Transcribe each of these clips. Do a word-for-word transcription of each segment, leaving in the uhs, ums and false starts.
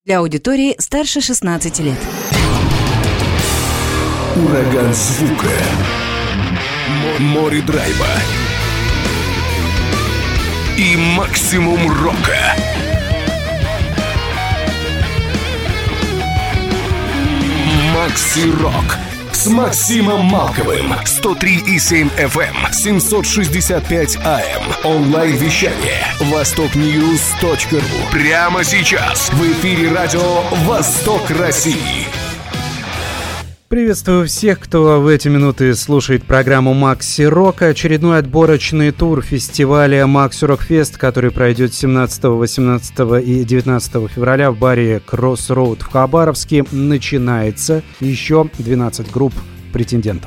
Для аудитории старше шестнадцати лет. Ураган звука. Море драйва. И максимум рока. Макси Рок с Максимом Малковым. сто три и семь эф эм, семьсот шестьдесят пять а эм. Онлайн-вещание восток ньюс точка ру. Прямо сейчас в эфире радио «Восток России». Приветствую всех, кто в эти минуты слушает программу Макси Рок. Очередной отборочный тур фестиваля Макси Рок Фест, который пройдет семнадцатого, восемнадцатого и девятнадцатого февраля в баре Кроссроуд в Хабаровске, начинается. Еще двенадцать групп претендентов.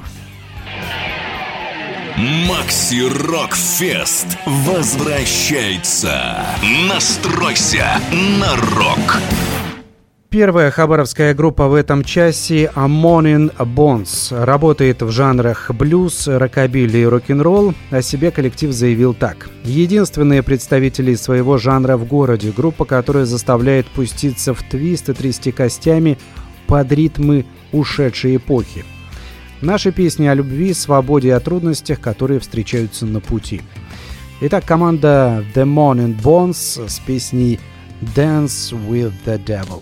Макси Рок Фест возвращается. Настройся на рок. Первая хабаровская группа в этом часе Ammonin Bones работает в жанрах блюз, рокобилли и рок-н-ролл. О себе коллектив заявил так: единственные представители своего жанра в городе, группа, которая заставляет пуститься в твист и трясти костями под ритмы ушедшей эпохи. Наши песни о любви, свободе и о трудностях, которые встречаются на пути. Итак, команда The Ammonin Bones с песней Dance with the Devil.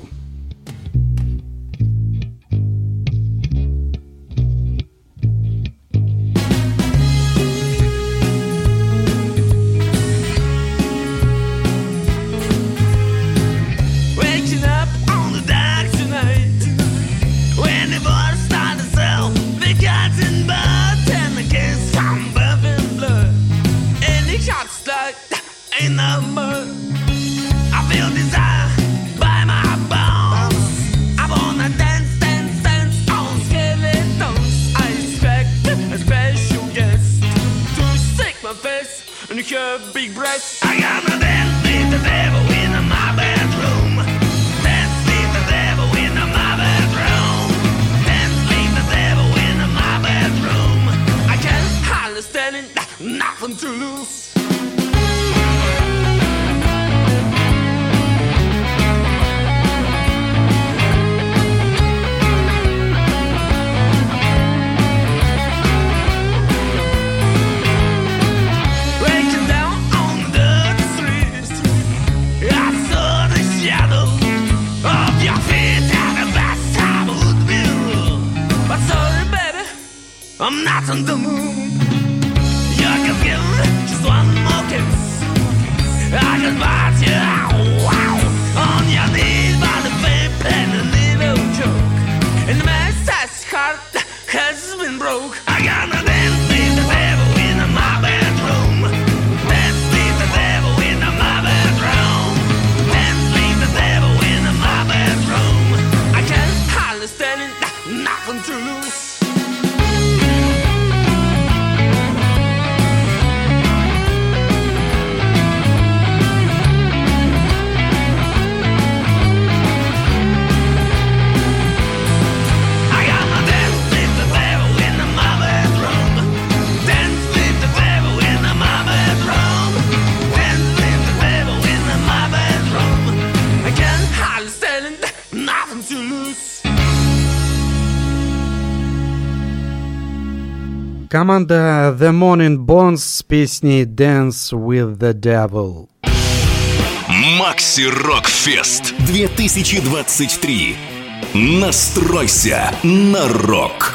In the mud, I feel desire by my bones. I wanna dance, dance, dance on skeletons. I expect a special guest to stick my face in her big breast. I gotta dance with the devil in my bedroom. Dance with the devil in my bedroom. Dance with the devil in my bedroom. I can't hardly stand it, nothing to lose. I'm not on the moon. You can give just one more kiss. I can bite you wow, on your knees by the vape and a little joke. And the man's heart has been broke. I gotta dance with the devil in my bedroom. Dance with the devil in my bedroom. Dance with the devil in my bedroom. I can't hardly stand it, nothing to lose. Команда The Ammonin Bones с песней Dance with the Devil. Макси Рок Фест две тысячи двадцать три. Настройся на рок.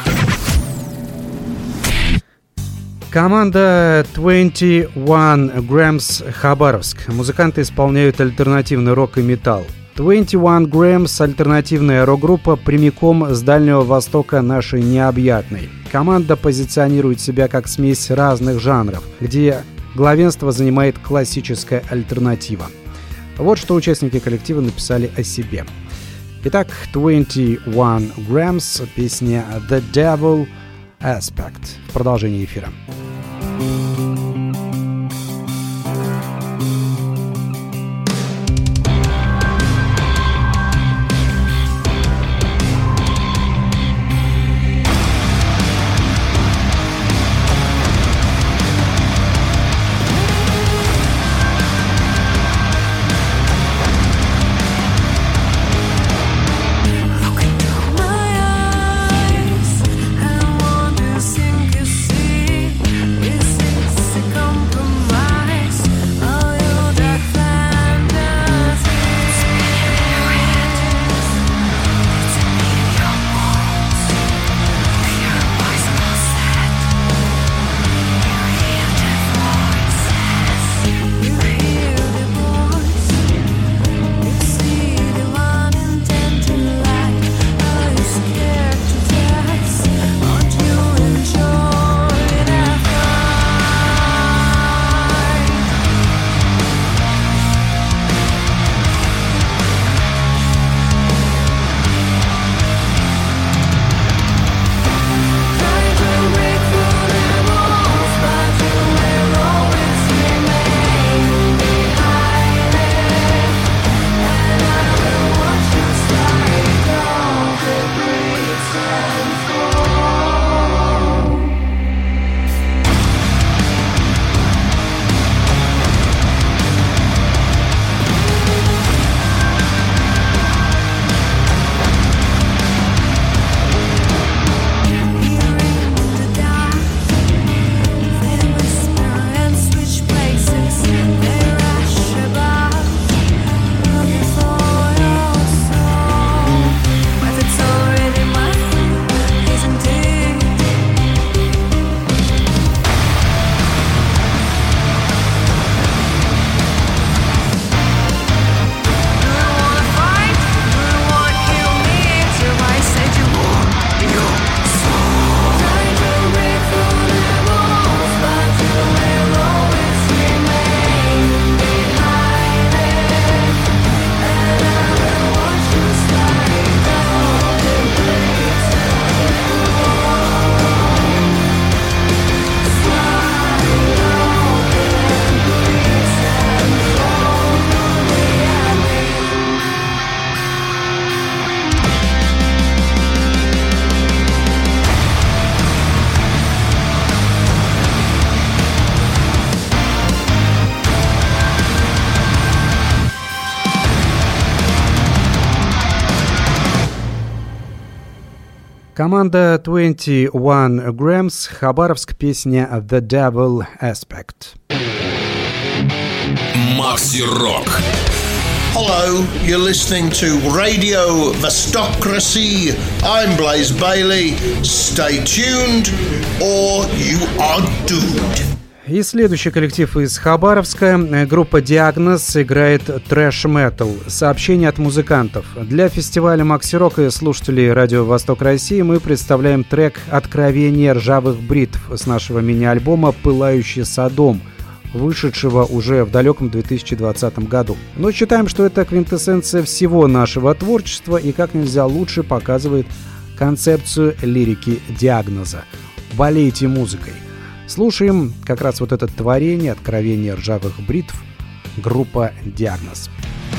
Команда двадцать один Grams Хабаровск. Музыканты исполняют альтернативный рок и металл. двадцать один Grams — альтернативная рок-группа прямиком с Дальнего Востока нашей необъятной. Команда позиционирует себя как смесь разных жанров, где главенство занимает классическая альтернатива. Вот что участники коллектива написали о себе. Итак, двадцать один Grams, песня The Devil Aspect в продолжении эфира. Команда двадцать один Grams, Хабаровск, песня The Devil Aspect. Макси Рок. Hello, you're listening to Radio Vestocracy. I'm Blaze Bailey. Stay tuned or you are doomed. И следующий коллектив из Хабаровска. Группа «Диагноз» играет трэш-метал. Сообщение от музыкантов. Для фестиваля Макси Рок и слушателей Радио Восток России мы представляем трек «Откровение ржавых бритв» с нашего мини-альбома «Пылающий Содом», вышедшего уже в далеком две тысячи двадцатом году. Но считаем, что это квинтэссенция всего нашего творчества и как нельзя лучше показывает концепцию лирики «Диагноза». Болейте музыкой. Слушаем как раз вот это творение «Откровение ржавых бритв», группа «Диагноз».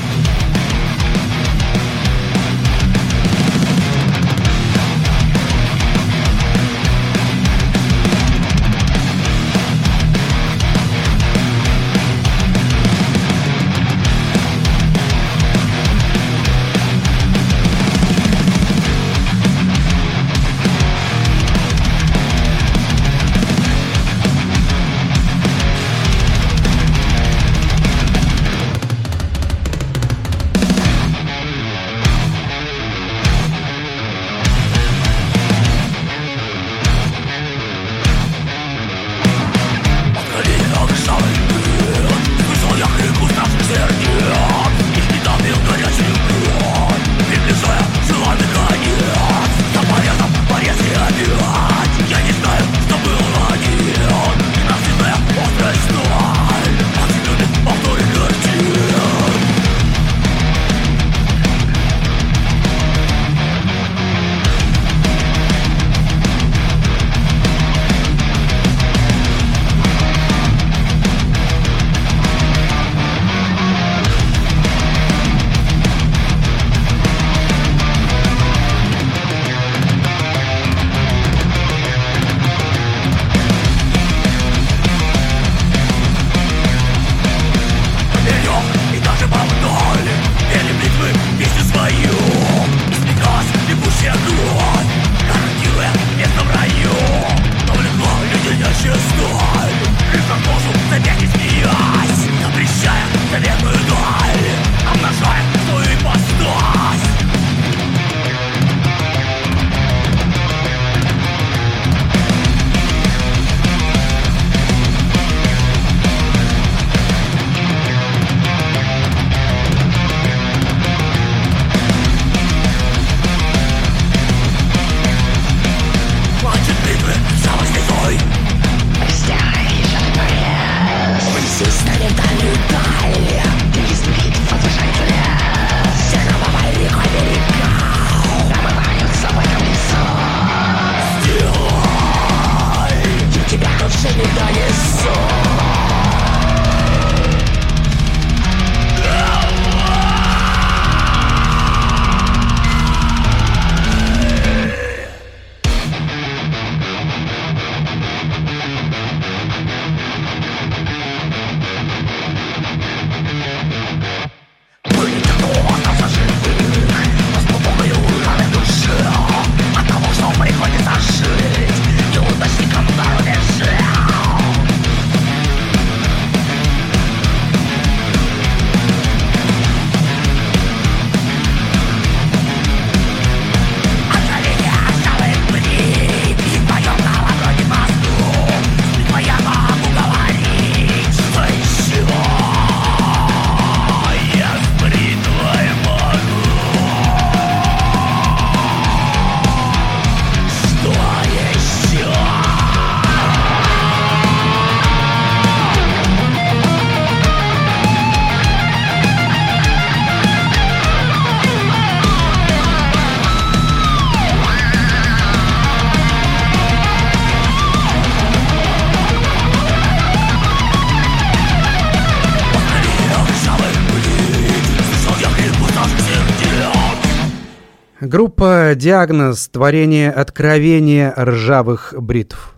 Группа «Диагноз», творение «Откровение ржавых бритв».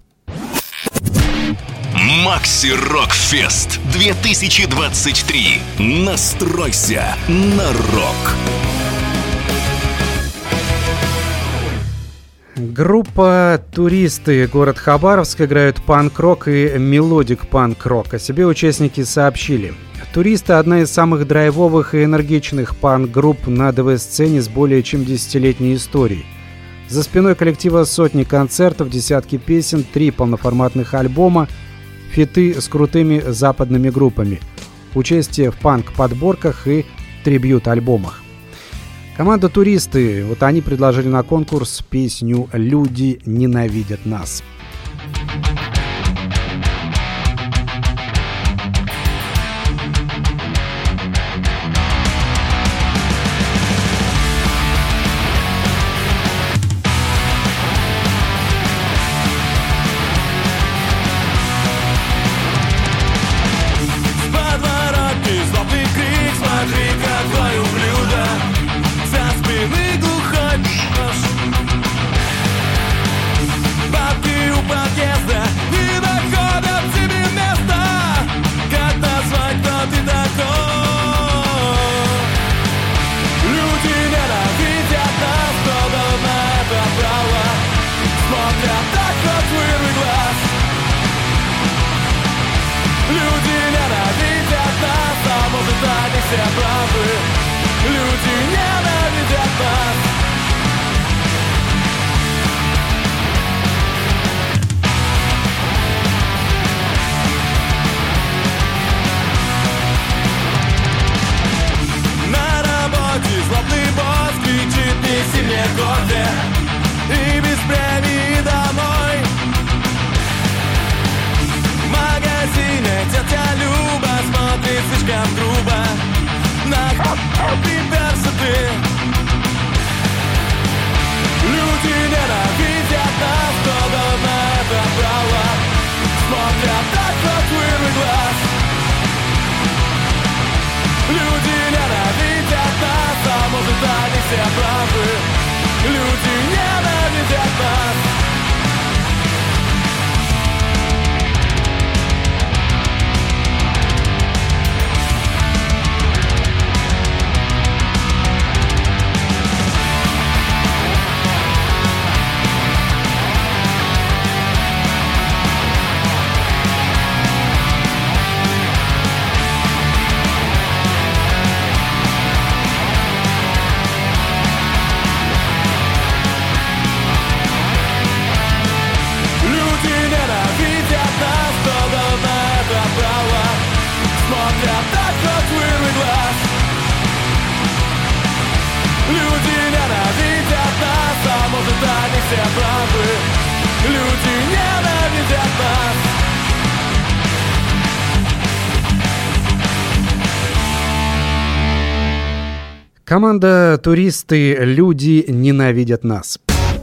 Макси Рок Фест две тысячи двадцать три. Настройся на рок. Группа «Туристы», город Хабаровск, играют панк-рок и мелодик панк-рок. О себе участники сообщили. «Туристы» — одна из самых драйвовых и энергичных панк-групп на ДВ-сцене с более чем десятилетней историей. За спиной коллектива сотни концертов, десятки песен, три полноформатных альбома, фиты с крутыми западными группами, участие в панк-подборках и трибьют-альбомах. Команда «Туристы», вот они предложили на конкурс песню «Люди ненавидят нас». Все правы, люди ненавидят нас. На работе злобный босс кричит: неси мне кофе и без премии домой. В магазине тетя Люба смотрит слишком грубо на приперсоты. Люди ненавидят нас, кто дал на это право, смотрят так, как вырвый глаз. Люди ненавидят нас, а может они все правы. Люди ненавидят нас. Смотрят так, как вырвый глаз. Люди ненавидят нас, а может они все правы. Люди ненавидят нас. Команда «Туристы», «Люди ненавидят нас».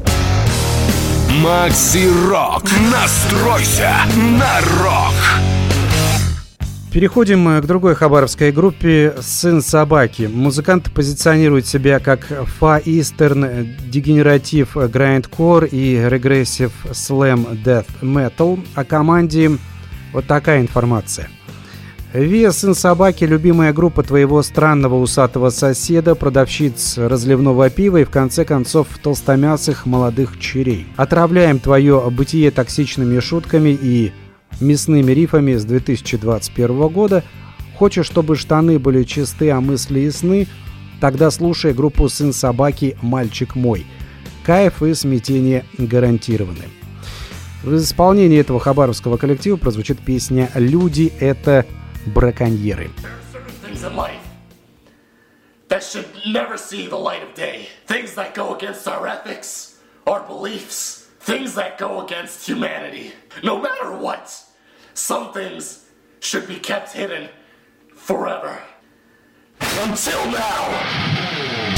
Макси Рок. Настройся на рок. Переходим к другой хабаровской группе «Сын собаки». Музыканты позиционируют себя как Far Eastern Degenerative Grindcore и Regressive Slam Death Metal. О команде вот такая информация. Виа «Сын собаки» — любимая группа твоего странного усатого соседа, продавщиц разливного пива и, в конце концов, толстомясых молодых черей. Отравляем твое бытие токсичными шутками и мясными рифами с две тысячи двадцать первого года. Хочешь, чтобы штаны были чисты, а мысли ясны? Тогда слушай группу «Сын собаки», «Мальчик мой». Кайф и смятение гарантированы. В исполнении этого хабаровского коллектива прозвучит песня «Люди — это браконьеры». That should never see the light of day. Things that go against our ethics, our beliefs, things that go against humanity. No matter what, some things should be kept hidden forever. Until now.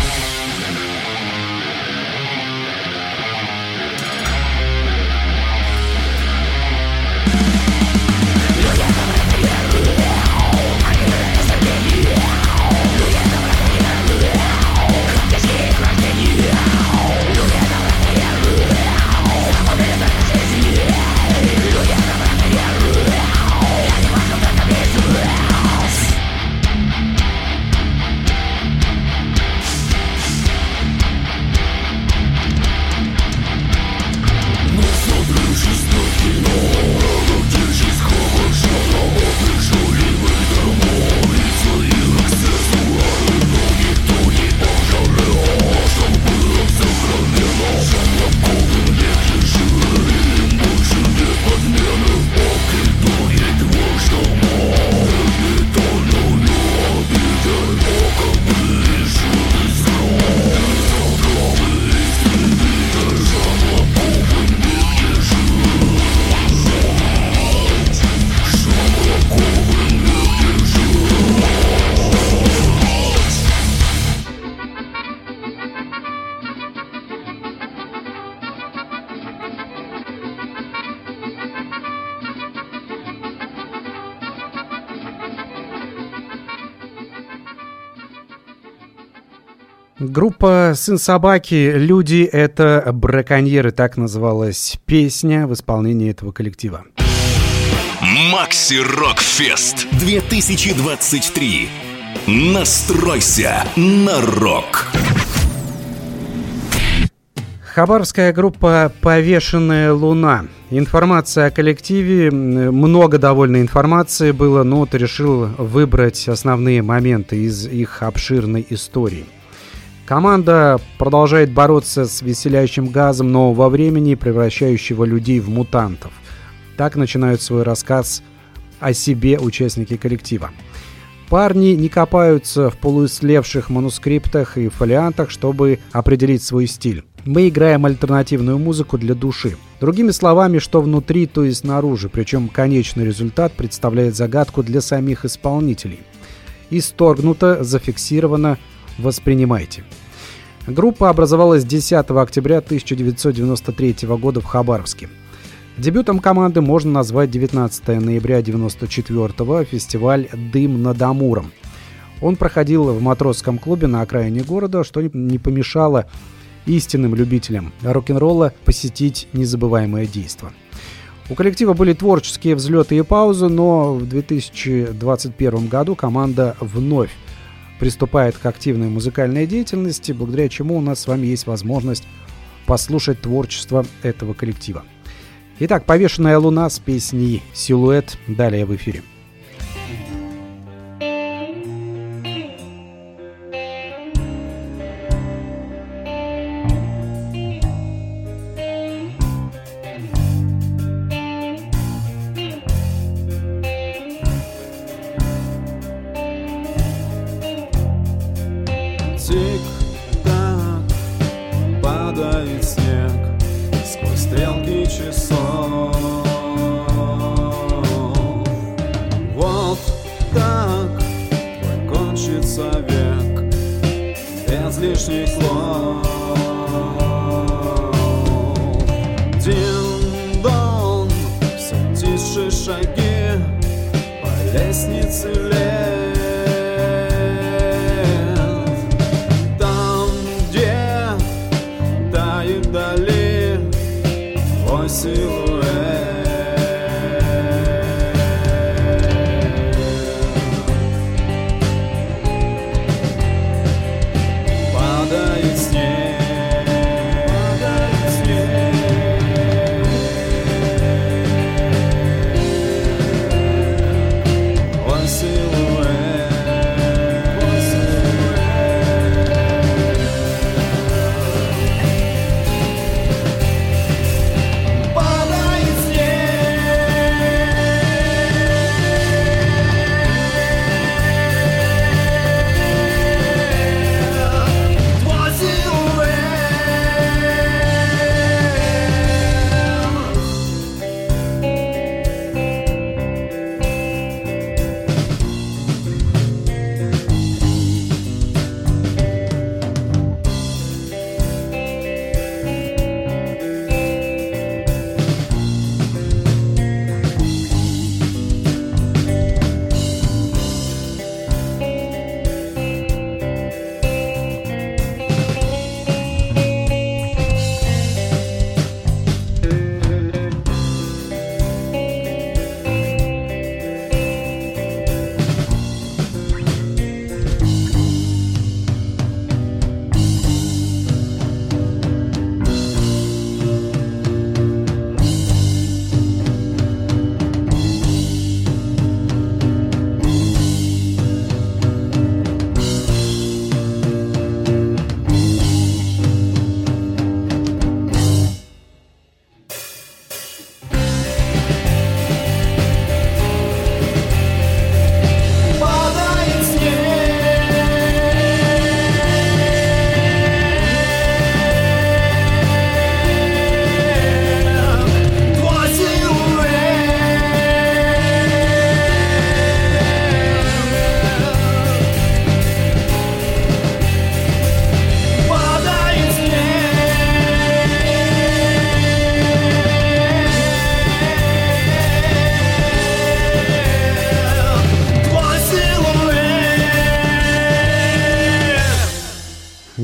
Группа «Сын собаки», «Люди — это браконьеры», так называлась песня в исполнении этого коллектива. Макси Рок Фест две тысячи двадцать три. Настройся на рок. Хабаровская группа «Повешенная луна». Информация о коллективе, много довольно информации было, но вот решил выбрать основные моменты из их обширной истории. Команда продолжает бороться с веселящим газом нового времени, превращающего людей в мутантов. Так начинают свой рассказ о себе участники коллектива. Парни не копаются в полуислевших манускриптах и фолиантах, чтобы определить свой стиль. Мы играем альтернативную музыку для души. Другими словами, что внутри, то и снаружи, причем конечный результат представляет загадку для самих исполнителей. Исторгнуто, зафиксировано, воспринимайте. Группа образовалась десятого октября тысяча девятьсот девяносто третьего года в Хабаровске. Дебютом команды можно назвать девятнадцатого ноября девяносто четвёртого фестиваль «Дым над Амуром». Он проходил в матросском клубе на окраине города, что не помешало истинным любителям рок-н-ролла посетить незабываемое действо. У коллектива были творческие взлеты и паузы, но в две тысячи двадцать первом году команда вновь приступает к активной музыкальной деятельности, благодаря чему у нас с вами есть возможность послушать творчество этого коллектива. Итак, «Повешенная луна» с песней «Силуэт» далее в эфире. Тик-так, падает снег сквозь стрелки часов. Вот так твой кончится век без лишних слов. Дин-дон, все тише шаги по лестнице лет. Силуэт падает снег, падает снег. Твой силуэт, твой силуэт. Падает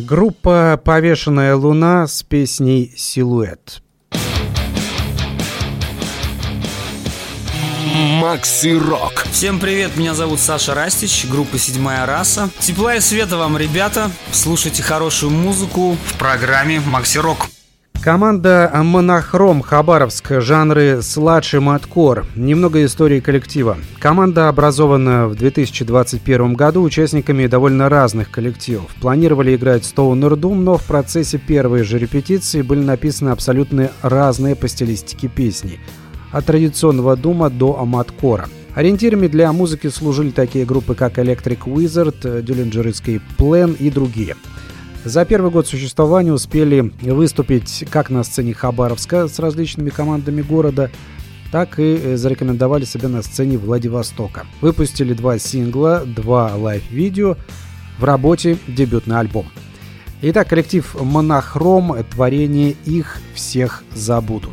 Группа «Повешенная луна» с песней «Силуэт». Макси Рок. Всем привет, меня зовут Саша Растич, группа «Седьмая раса». Тепла и света вам, ребята. Слушайте хорошую музыку в программе Макси Рок. Команда «Монохром», Хабаровск, жанры сладж и маткор. Немного истории коллектива. Команда образована в две тысячи двадцать первом году участниками довольно разных коллективов. Планировали играть Stoner Doom, но в процессе первой же репетиции были написаны абсолютно разные по стилистике песни. От традиционного дума до маткора. Ориентирами для музыки служили такие группы, как Electric Wizard, Dillinger Escape Plan и другие. За первый год существования успели выступить как на сцене Хабаровска с различными командами города, так и зарекомендовали себя на сцене Владивостока. Выпустили два сингла, два лайв-видео, в работе дебютный альбом. Итак, коллектив «Монохром», творение «Их всех забудут».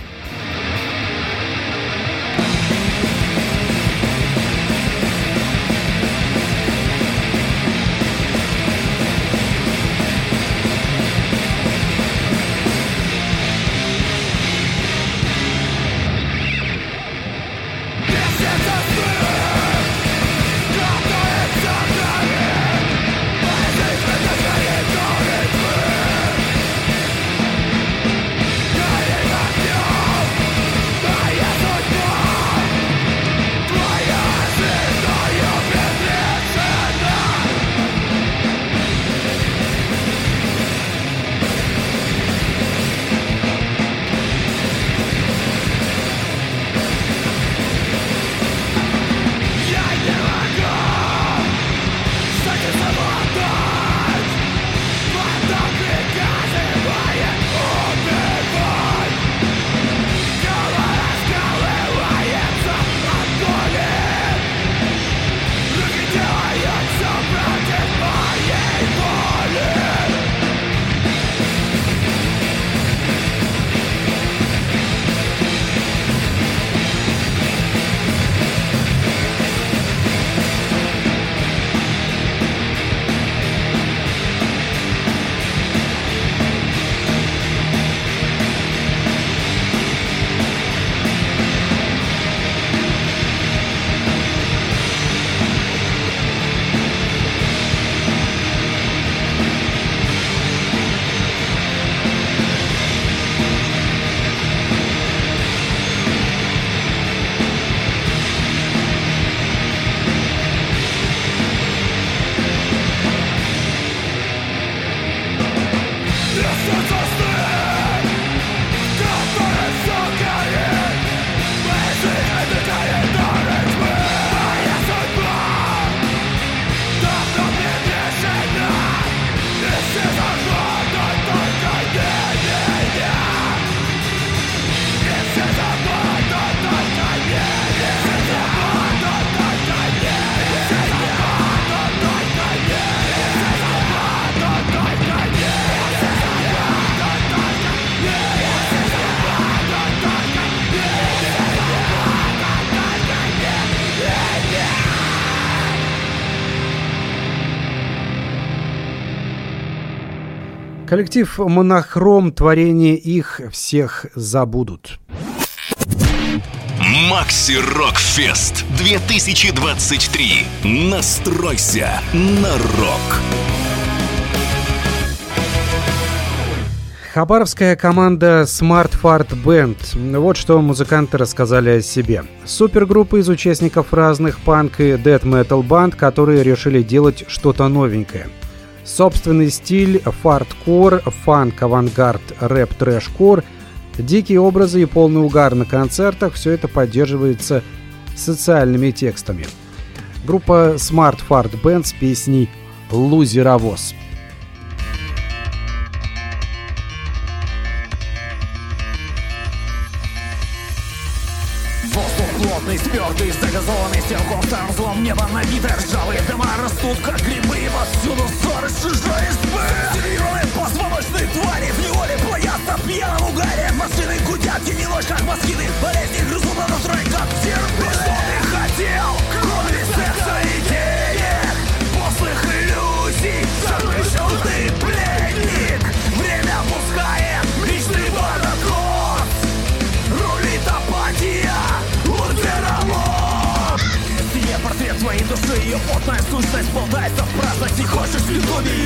Коллектив «Монохром», творение «Их всех забудут». Макси Рок Фест две тысячи двадцать три. Настройся на рок. Хабаровская команда Smart Fart Band. Вот что музыканты рассказали о себе. Супергруппа из участников разных панк и дэт-метал банд, которые решили делать что-то новенькое. Собственный стиль, фарткор, фанк, авангард, рэп, трэш-кор, дикие образы и полный угар на концертах – все это поддерживается социальными текстами. Группа Smart Fart Band с песней «Лузеровоз». Плотный, спертый, загазованный, стрелком старым злом небо набито. Ржавые дома растут, как грибы, и повсюду ссоры, чужой избы. Стилированные позвоночные твари в неволе плодятся в пьяном угаре. Машины гудят, тени ночь, как москиты. Болезни грызут на настрой, как терпы. Что ты хотел, кроме секса и денег? Постных иллюзий, запрещенный плен.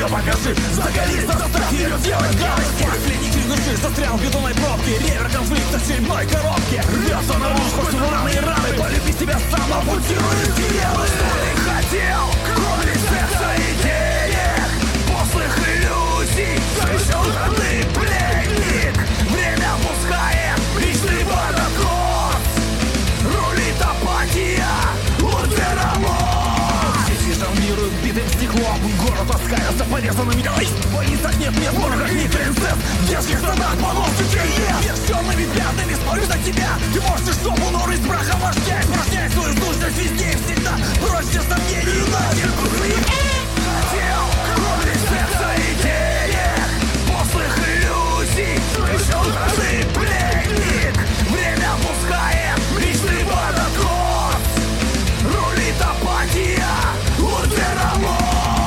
ее покажи. Загорись, заставь ее делать гадости. Последний крик души застрял в бетонной пробке. Ревер конфликта в седьмой коробке. Рвется на муж, хоть раны и раны. Полюби себя сам, ампутируй силы. Что ты хотел, кроме секса и денег, пошлых иллюзий, защищенный пленник. Время пускает личный водокос. Рулит апатия, лузеровоз. Сети жонглируют битым стеклом. Город оскалился порезанными. Ай, в больницах нет ни ворогов, ни принцесс. В детских садах понос детей нет. Верченными пятнами смотрю на тебя. Ты можешь жопу, но из браха вождя. Испражняй свою сущность везде и всегда. Брось все сомнения и нахер кури. Хотел, кроме секса и денег, пошлых иллюзий, защищенный пленник. Время пускает личный водокос. Рулит апатия, лузеровоз.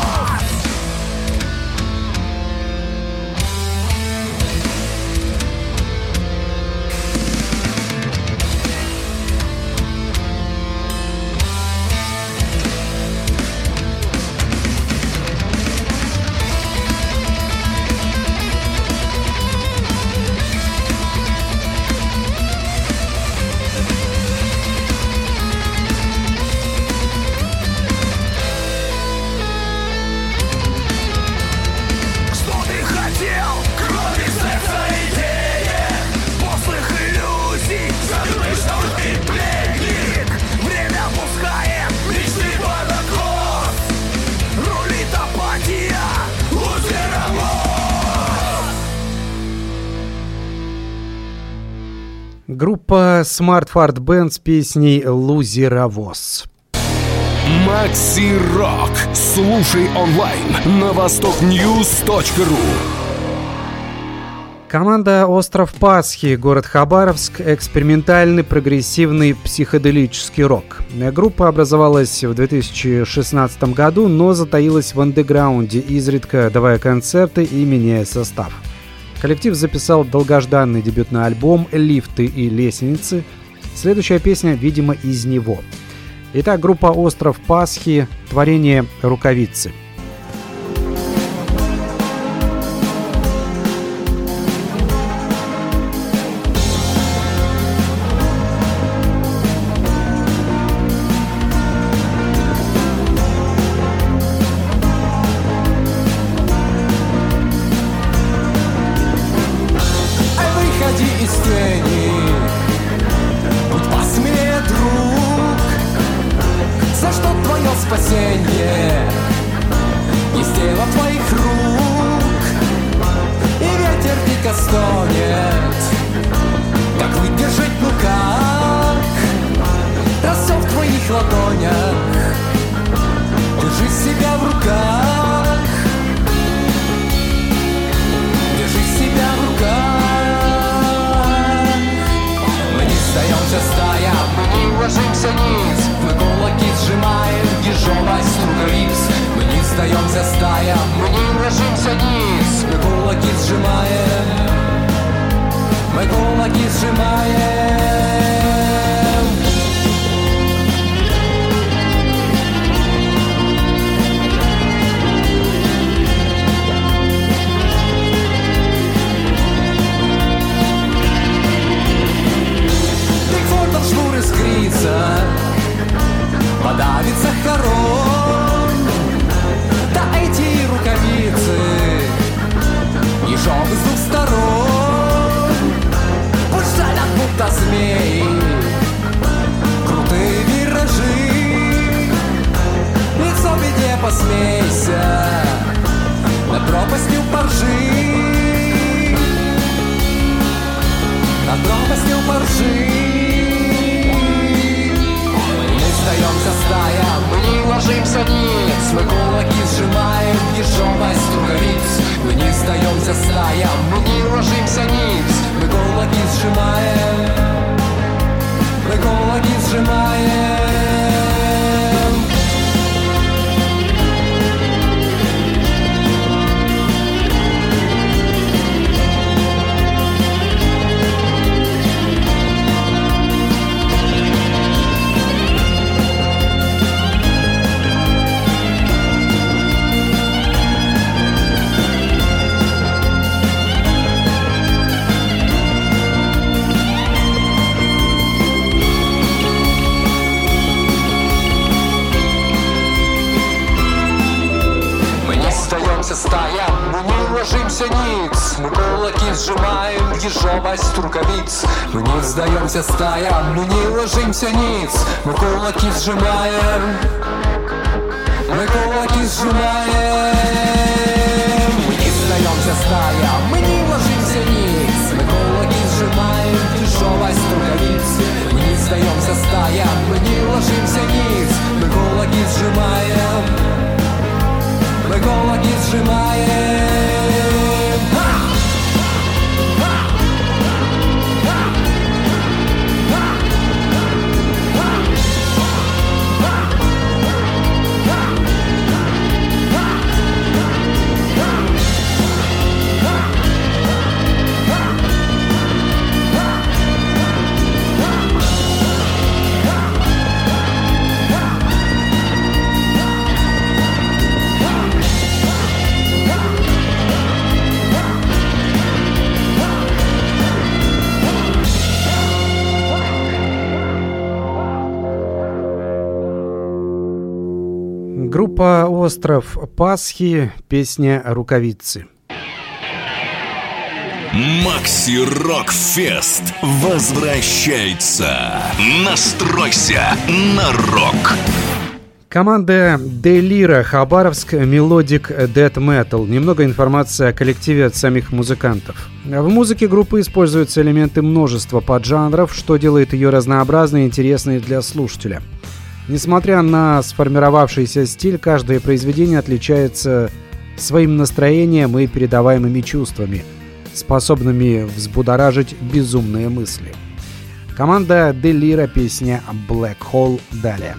Группа Smart Fart Band с песней «Лузеровоз». Макси Рок. Слушай онлайн на восток ньюс точка ру. Команда «Остров Пасхи», город Хабаровск, экспериментальный, прогрессивный, психоделический рок. Группа образовалась в две тысячи шестнадцатом году, но затаилась в андеграунде, изредка давая концерты и меняя состав. Коллектив записал долгожданный дебютный альбом «Лифты и лестницы». Следующая песня, видимо, из него. Итак, группа «Остров Пасхи», творение «Рукавицы». ложимся ниц, мы кулаки сжимаем, ежовость рукавиц. Мы не сдаемся стаям, мы не ложимся ниц, мы кулаки сжимаем, мы кулаки сжимаем. Мы не сдаемся стаям, мы не ложимся ниц, мы кулаки сжимаем, ежовость рукавиц. Мы не сдаемся стаям, мы не ложимся ниц, мы кулаки сжимаем, мы кулаки сжимаем. Группа «Остров Пасхи», песня «Рукавицы». Макси Рок Фест возвращается. Настройся на рок. Команда Делира, Хабаровск, Melodic Death Metal. Немного информации о коллективе от самих музыкантов. В музыке группы используются элементы множества поджанров, что делает ее разнообразной и интересной для слушателя. Несмотря на сформировавшийся стиль, каждое произведение отличается своим настроением и передаваемыми чувствами, способными взбудоражить безумные мысли. Команда Делира, песня Black Hole, далее.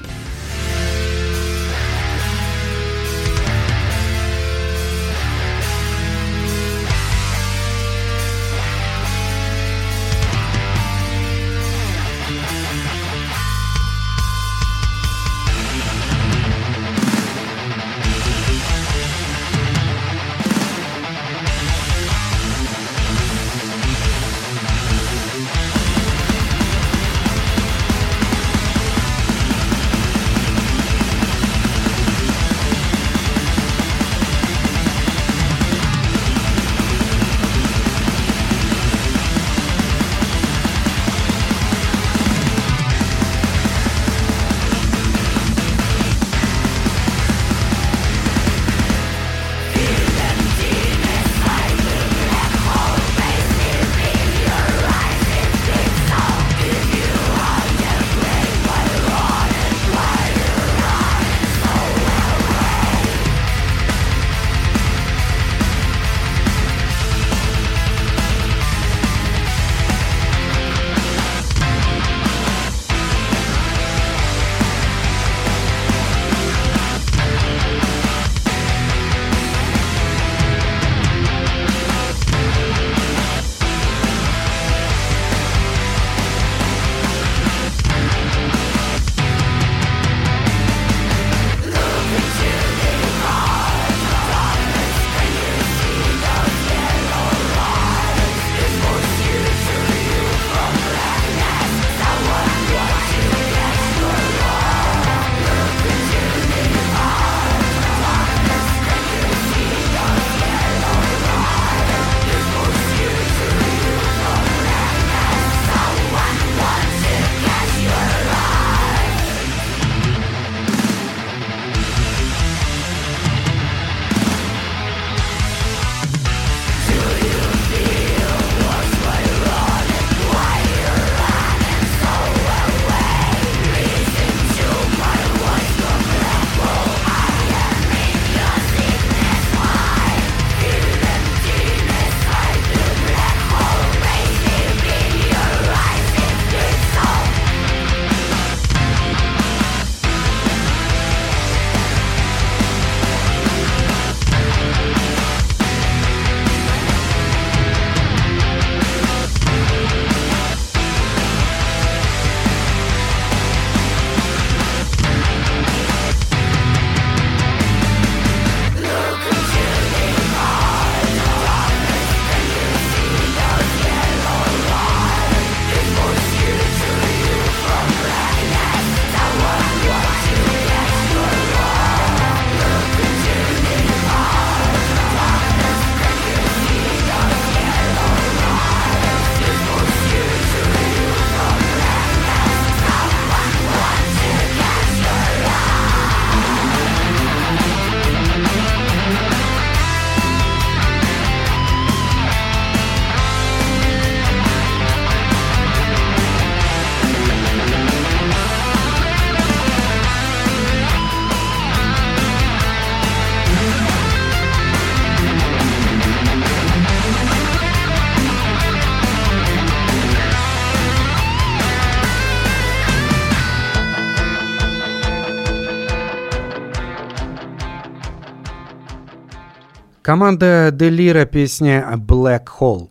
Команда Делира, песня Black Hole.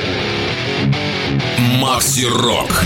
Макси Рок.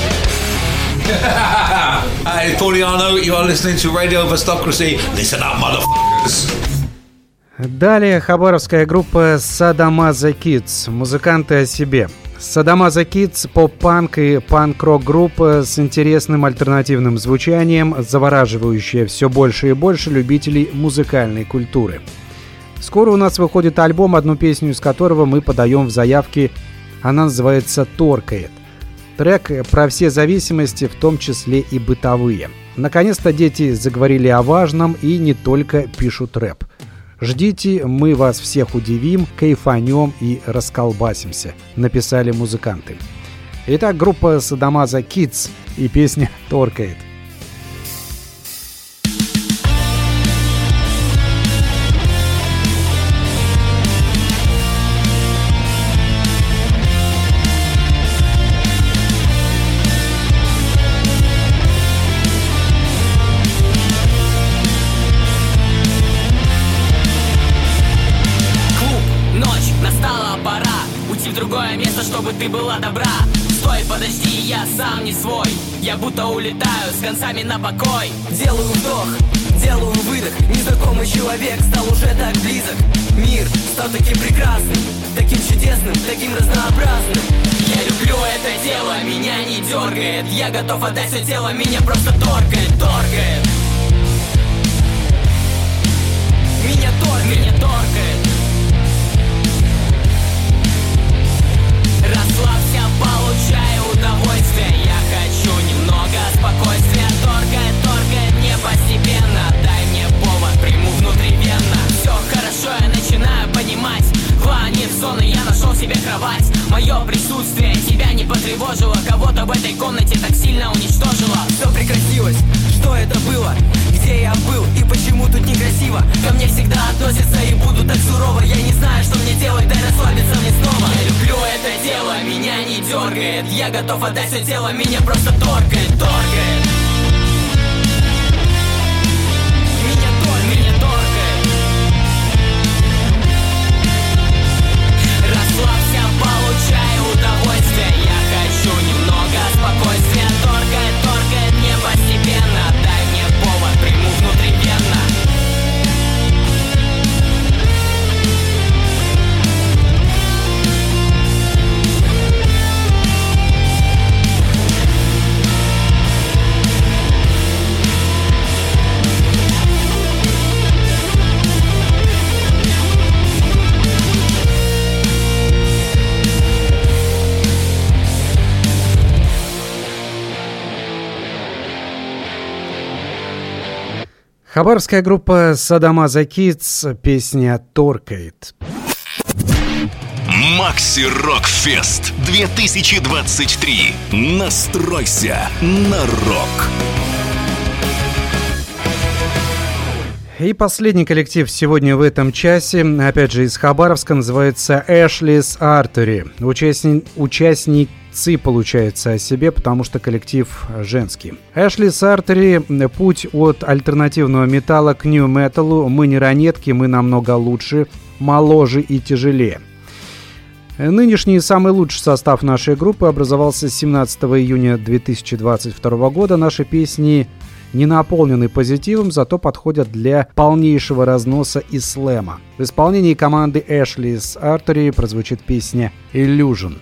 Hey, Pauliano, you are listening to Radio Vostocracy. Listen up, motherfuckers. Далее хабаровская группа Sadomaso Kids. Музыканты о себе. Sadomaso Kids — поп-панк и панк-рок группа с интересным альтернативным звучанием, завораживающая все больше и больше любителей музыкальной культуры. Скоро у нас выходит альбом, одну песню из которого мы подаем в заявке. Она называется «Торкает». Трек про все зависимости, в том числе и бытовые. Наконец-то дети заговорили о важном и не только пишут рэп. Ждите, мы вас всех удивим, кайфанем и расколбасимся, написали музыканты. Итак, группа Sadomaso Kids и песня «Торкает». Чтобы ты была добра. Стой, подожди, я сам не свой. Я будто улетаю с концами на покой. Делаю вдох, делаю выдох. Незнакомый человек стал уже так близок. Мир стал таким прекрасным, таким чудесным, таким разнообразным. Я люблю это дело, меня не дергает. Я готов отдать все тело, меня просто торкает, торкает. Меня торкает, меня торкает. Расслабься, получай удовольствие. Я хочу немного спокойствия. Торкает, торкает не постепенно. Дай мне повод, приму внутривенно. Все хорошо, я начинаю понимать. Планет зоны, я нашел себе кровать. Мое присутствие тебя не потревожило. Кого-то в этой комнате так сильно уничтожило. Все прекратилось, что это было? Где я был и почему тут некрасиво? Ко мне всегда относятся и буду так сурово. Я не знаю, что мне делать, дай расслабиться мне снова. Я люблю это дело, меня не дергает. Я готов отдать все тело, меня просто торкает, торкает. Меня торкает, меня торкает. Расслабься, получай удовольствие. Я хочу немного спокойствия. Торкает, торкает не постепенно. Дай мне повод, приму внутривенно. Хабаровская группа Sadomaso Kids, песня «Торкает». Макси Рок Фест две тысячи двадцать три. Настройся на рок. И последний коллектив сегодня в этом часе, опять же из Хабаровска, называется Ashley's Artery. Участни... Участницы, получается, о себе, потому что коллектив женский. Ashley's Artery — путь от альтернативного металла к нью-металу. Мы не ранетки, мы намного лучше, моложе и тяжелее. Нынешний самый лучший состав нашей группы образовался семнадцатого июня две тысячи двадцать второго года. Наши песни не наполнены позитивом, зато подходят для полнейшего разноса и слэма. В исполнении команды Ashley's Artery прозвучит песня «Illusion».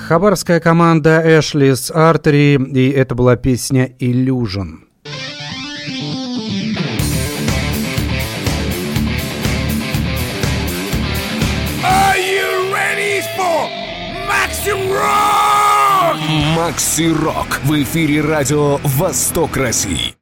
Хабаровская команда Ashley's Artery, и это была песня «Illusion». Are you ready for Maxi Rock? Maxi Rock в эфире радио «Восток России».